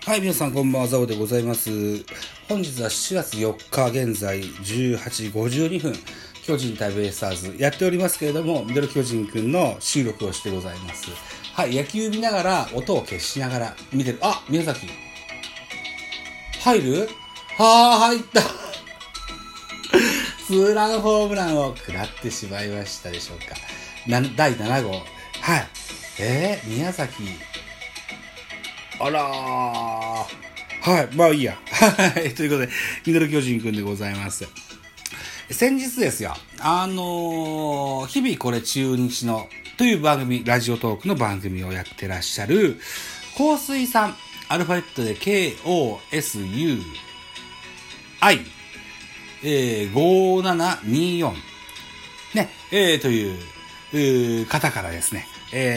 はい、皆さんこんばんは、ザボでございます。本日は7月4日現在18時52分、巨人対ベイスターズやっておりますけれども、ミドル巨人くんの収録をしてございます。はい、野球見ながら、音を消しながら見てる。あ、宮崎。入る？入った。ツーランホームランを食らってしまいましたでしょうか。第7号。はい。宮崎。あらー。はい。まあいいや。はい。ということで、ミドル巨人くんでございます。先日ですよ。日々これ中日のという番組、ラジオトークの番組をやってらっしゃる、香水さん、アルファベットで KOSUI、5724、ね、という、方からですね、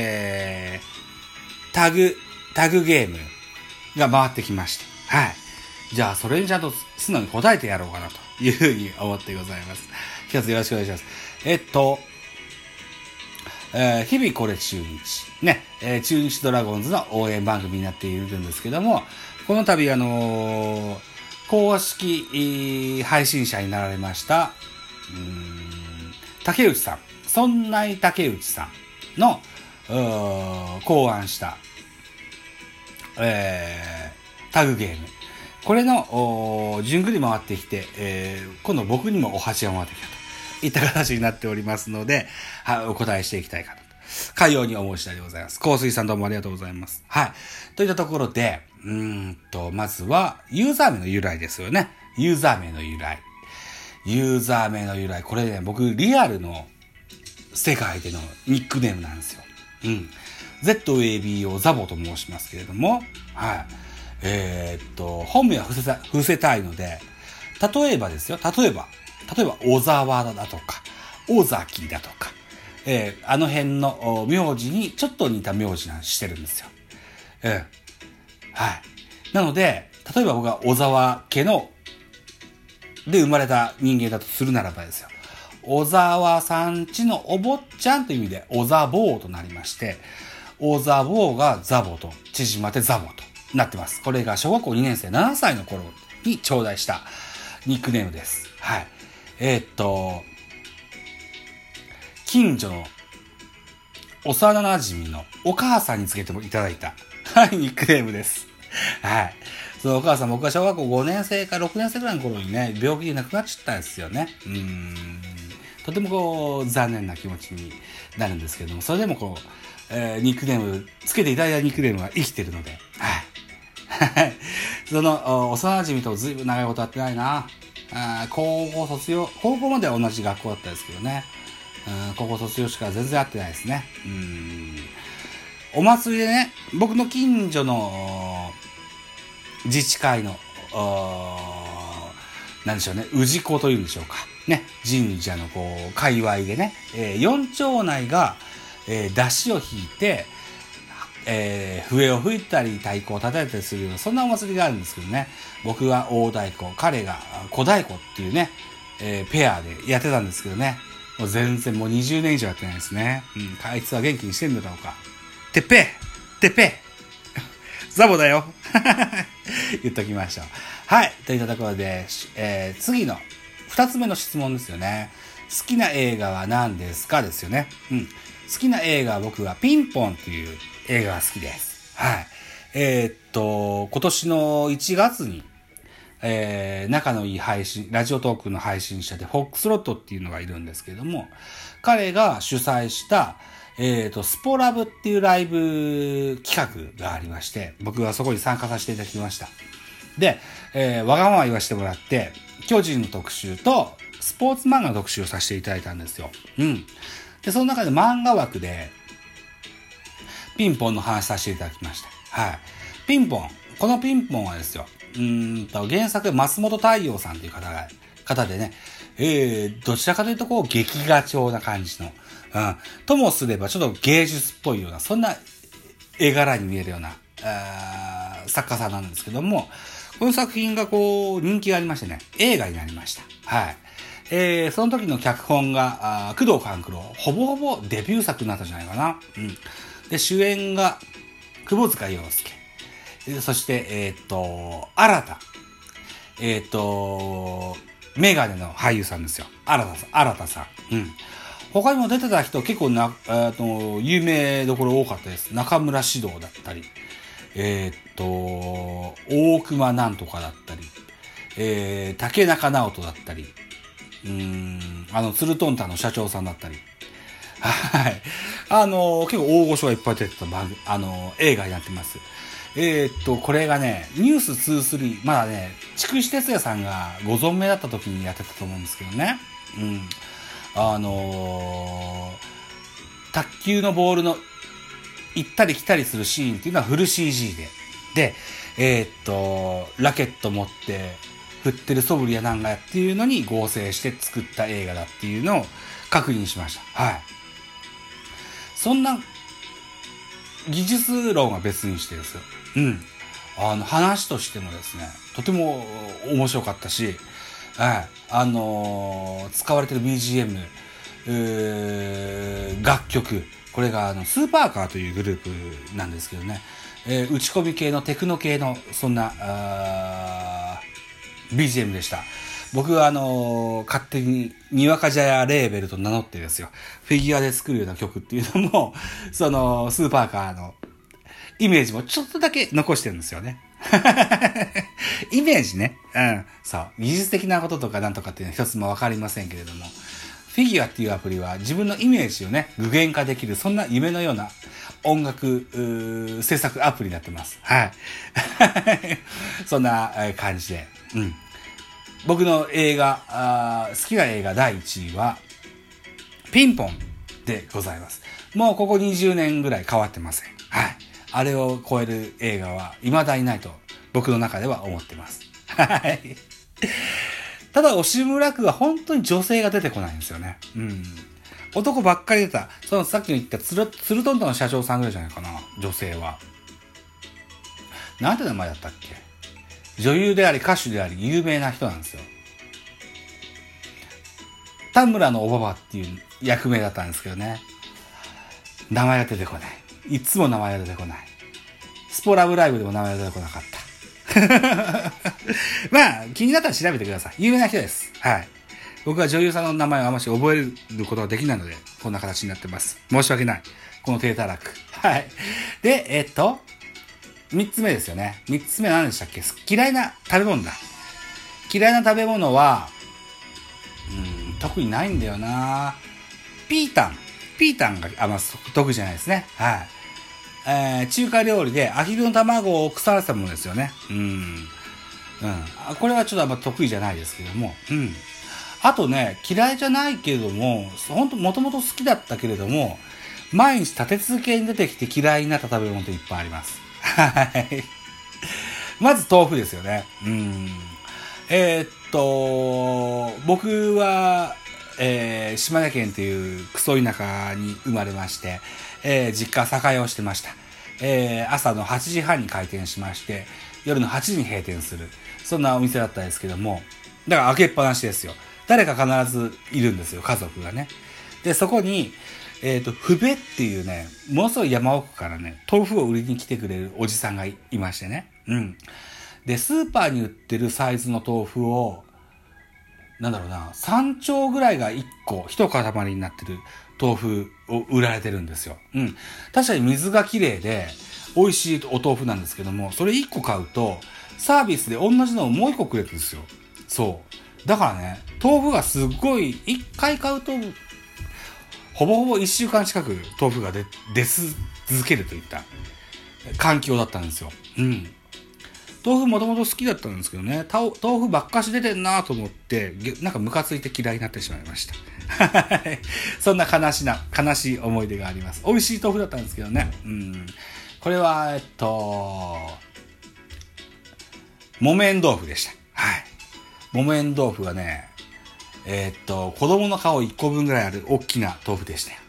タグゲームが回ってきました。はい。じゃあ、それにちゃんと素直に答えてやろうかなというふうに思ってございます。一つよろしくお願いします。日々これ中日。ね、中日ドラゴンズの応援番組になっているんですけども、この度公式配信者になられました、竹内さん、そんない竹内さんの考案した、タグゲーム。これの順繰り回ってきて、今度僕にもお箸が回ってきたといった形になっておりますので、はい、お答えしていきたいかなと。かように思う次第でございます。香水さんどうもありがとうございます。はい。といったところで、まずは、ユーザー名の由来ですよね。ユーザー名の由来。これね、僕、リアルの世界でのニックネームなんですよ。ZABO ザボと申しますけれども、はい。本名は伏せたいので、例えばですよ、例えば、小沢だとか、尾崎だとか、あの辺の名字にちょっと似た名字してるんですよ。はい。なので、例えば僕は小沢家で生まれた人間だとするならばですよ。小沢さんちのお坊ちゃんという意味で、小沢坊となりまして、小沢坊がザボと縮まってザボとなってます。これが小学校2年生7歳の頃に頂戴したニックネームです。はい。近所の幼馴染のお母さんにつけてもいただいた、はい、ニックネームです。はい。そのお母さん、僕が小学校5年生か6年生くらいの頃にね、病気で亡くなっちゃったんですよね。とても残念な気持ちになるんですけども、それでもニックネーム、つけていただいたニックネームが生きてるので、はい。その、幼馴染とずいぶん長いこと会ってないな。高校までは同じ学校だったんですけどね。高校卒業してから全然会ってないですね。お祭りでね、僕の近所の自治会の、なんでしょうね、氏子というんでしょうか。ね、神社の界隈でね、4町内が、出汁を引いて、笛を吹いたり太鼓を叩いたりするようなそんなお祭りがあるんですけどね、僕は大太鼓、彼が小太鼓っていうね、ペアでやってたんですけどね、もう全然もう20年以上やってないですね。あいつは元気にしてんだろうか。てっぺザボだよ言っときましょう。はい。といったところで、次の2つ目の質問ですよね。好きな映画は何ですかですよね。好きな映画は僕はピンポンっていう映画が好きです。はい。今年の1月に、仲のいいラジオトークの配信者でフォックスロットっていうのがいるんですけども、彼が主催した、スポラブっていうライブ企画がありまして、僕はそこに参加させていただきました。で、わがまま言わせてもらって、巨人の特集とスポーツ漫画の特集をさせていただいたんですよ。で、その中で漫画枠で、ピンポンの話させていただきました。はい。このピンポンはですよ、原作松本太陽さんという方でね、どちらかというと劇画調な感じの、ともすればちょっと芸術っぽいような、そんな絵柄に見えるような、作家さんなんですけども、この作品が人気がありましてね、映画になりました。はい。その時の脚本が、工藤官九郎、ほぼほぼデビュー作になったんじゃないかな。で、主演が、窪塚洋介。 そして、新た。メガネの俳優さんですよ。新田さん。うん。他にも出てた人結構有名どころ多かったです。中村獅童だったり、大熊なんとかだったり、竹中直人だったり、ツルトンタンの社長さんだったり、はい。結構大御所がいっぱい出てた映画になってます。これがね、ニュース23、まだね、筑紫哲也さんがご存命だった時にやってたと思うんですけどね。うん。卓球のボールの行ったり来たりするシーンっていうのはフル CG で。で、ラケット持って振ってる素振りやなんかやっていうのに合成して作った映画だっていうのを確認しました。はい。そんな技術論は別にしてですよ。うん。話としてもですね、とても面白かったし、はい。使われてる BGM、楽曲、これがスーパーカーというグループなんですけどね、打ち込み系のテクノ系のそんなBGM でした。僕は勝手ににわか茶屋レーベルと名乗ってですよ、フィギュアで作るような曲っていうのもそのスーパーカーのイメージもちょっとだけ残してるんですよね。イメージね。うん。そう。技術的なこととかなんとかっていうのは一つもわかりませんけれども、フィギュアっていうアプリは自分のイメージをね、具現化できる、そんな夢のような音楽制作アプリになってます。はい。そんな感じで。うん。僕の映画、好きな映画第1位は、ピンポンでございます。もうここ20年ぐらい変わってません。はい。あれを超える映画は未だにないと僕の中では思ってます。はい。ただ、押村区は本当に女性が出てこないんですよね。うん。男ばっかり出た。そのさっきの言ったツルトンタンの社長さんぐらいじゃないかな。女性は。なんて名前だったっけ？女優であり歌手であり有名な人なんですよ。田村のおばばっていう役名だったんですけどね。名前が出てこない。いつも名前が出てこない。スポラブライブでも名前が出てこなかった。まあ、気になったら調べてください。有名な人です。はい。僕は女優さんの名前をあまし覚えることができないので、こんな形になってます。申し訳ない。この低たらく。はい。で、三つ目ですよね。三つ目何でしたっけ？嫌いな食べ物だ。嫌いな食べ物は、特にないんだよな。ピータンがあんま得意じゃないですね。はい。中華料理でアヒルの卵を腐らせたものですよね。これはちょっとあんま得意じゃないですけども。あとね、嫌いじゃないけれども、もともと好きだったけれども、毎日立て続けに出てきて嫌いになった食べ物っていっぱいあります。はい。まず豆腐ですよね。僕は、島根県というクソ田舎に生まれまして、実家酒屋をしてました。朝の8時半に開店しまして、夜の8時に閉店する。そんなお店だったんですけども、だから開けっぱなしですよ。誰か必ずいるんですよ、家族がね。で、そこに、ふべっていうね、ものすごい山奥からね、豆腐を売りに来てくれるおじさんが いましてね。で、スーパーに売ってるサイズの豆腐を、3丁ぐらいが1塊になってる豆腐を売られてるんですよ。確かに水がきれいで、美味しいお豆腐なんですけども、それ1個買うと、サービスで同じのをもう1個くれるんですよ。そう。だからね、豆腐がすごい、1回買うと、ほぼほぼ1週間近く豆腐が出続けるといった環境だったんですよ。豆腐もともと好きだったんですけどね、豆腐ばっかし出てんなと思って、なんかムカついて嫌いになってしまいました。そんな悲しい思い出があります。美味しい豆腐だったんですけどね。これは、木綿豆腐でした。はい。木綿豆腐はね、子供の顔1個分ぐらいある大きな豆腐でしたよ。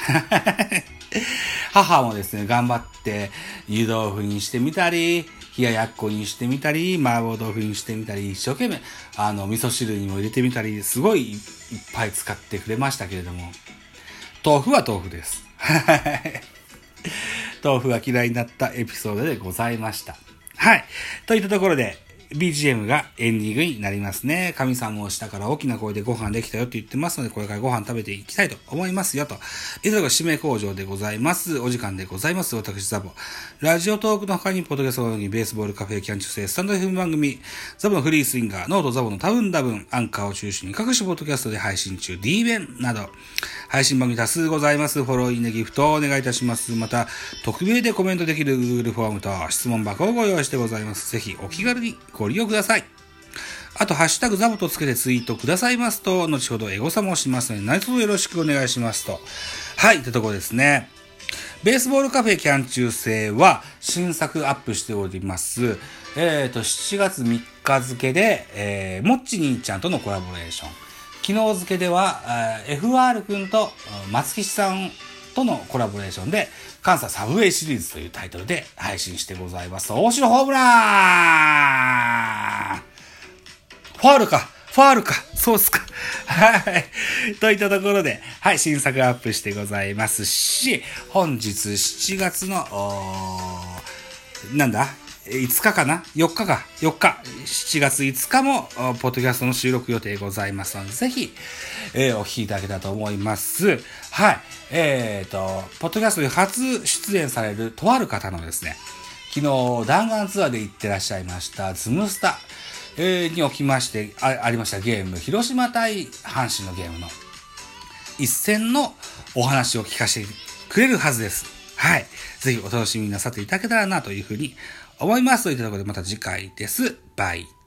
母もですね、頑張って湯豆腐にしてみたり、冷ややっこにしてみたり、麻婆豆腐にしてみたり、一生懸命、味噌汁にも入れてみたり、すごいいっぱい使ってくれましたけれども、豆腐は豆腐です。豆腐が嫌いになったエピソードでございました。 はい。といったところで、BGM がエンディングになりますね。神さんも下から大きな声でご飯できたよって言ってますので、これからご飯食べていきたいと思いますよと。以上が締め工場でございます。お時間でございます。私、ザボ。ラジオトークの他に、ポッドキャストにベースボールカフェキャン中世スタンド FM 番組、ザボのフリースインガー、ノートザボの多分多分、アンカーを中心に各種ポッドキャストで配信中、D 弁など、配信番組多数ございます。フォロー、いいね、ギフトをお願いいたします。また、匿名でコメントできる Google フォームと質問箱をご用意してございます。ぜひお気軽にご利用ください。あと、ハッシュタグザボとつけてツイートくださいますと、後ほどエゴサもしますので、何卒よろしくお願いしますと。はい、ってところですね。ベースボールカフェキャン中世は新作アップしております。7月3日付で、もっち兄ちゃんとのコラボレーション。昨日付では、FR 君と松吉さんとのコラボレーションで、関西サブウェイシリーズというタイトルで配信してございます。大城ホームランファールかそうっすか。はい。といったところで、はい、新作アップしてございますし、本日7月の、5日かな ?4 日か。4日。7月5日も、ポッドキャストの収録予定ございますので、ぜひ、お聞きいただけたらと思います。はい。ポッドキャストで初出演されるとある方のですね、昨日弾丸ツアーで行ってらっしゃいましたズムスタ、におきまして ありましたゲーム広島対阪神のゲームの一戦のお話を聞かせてくれるはずです。はい。ぜひお楽しみなさっていただけたらなというふうに思います。といったところでまた次回です。バイ。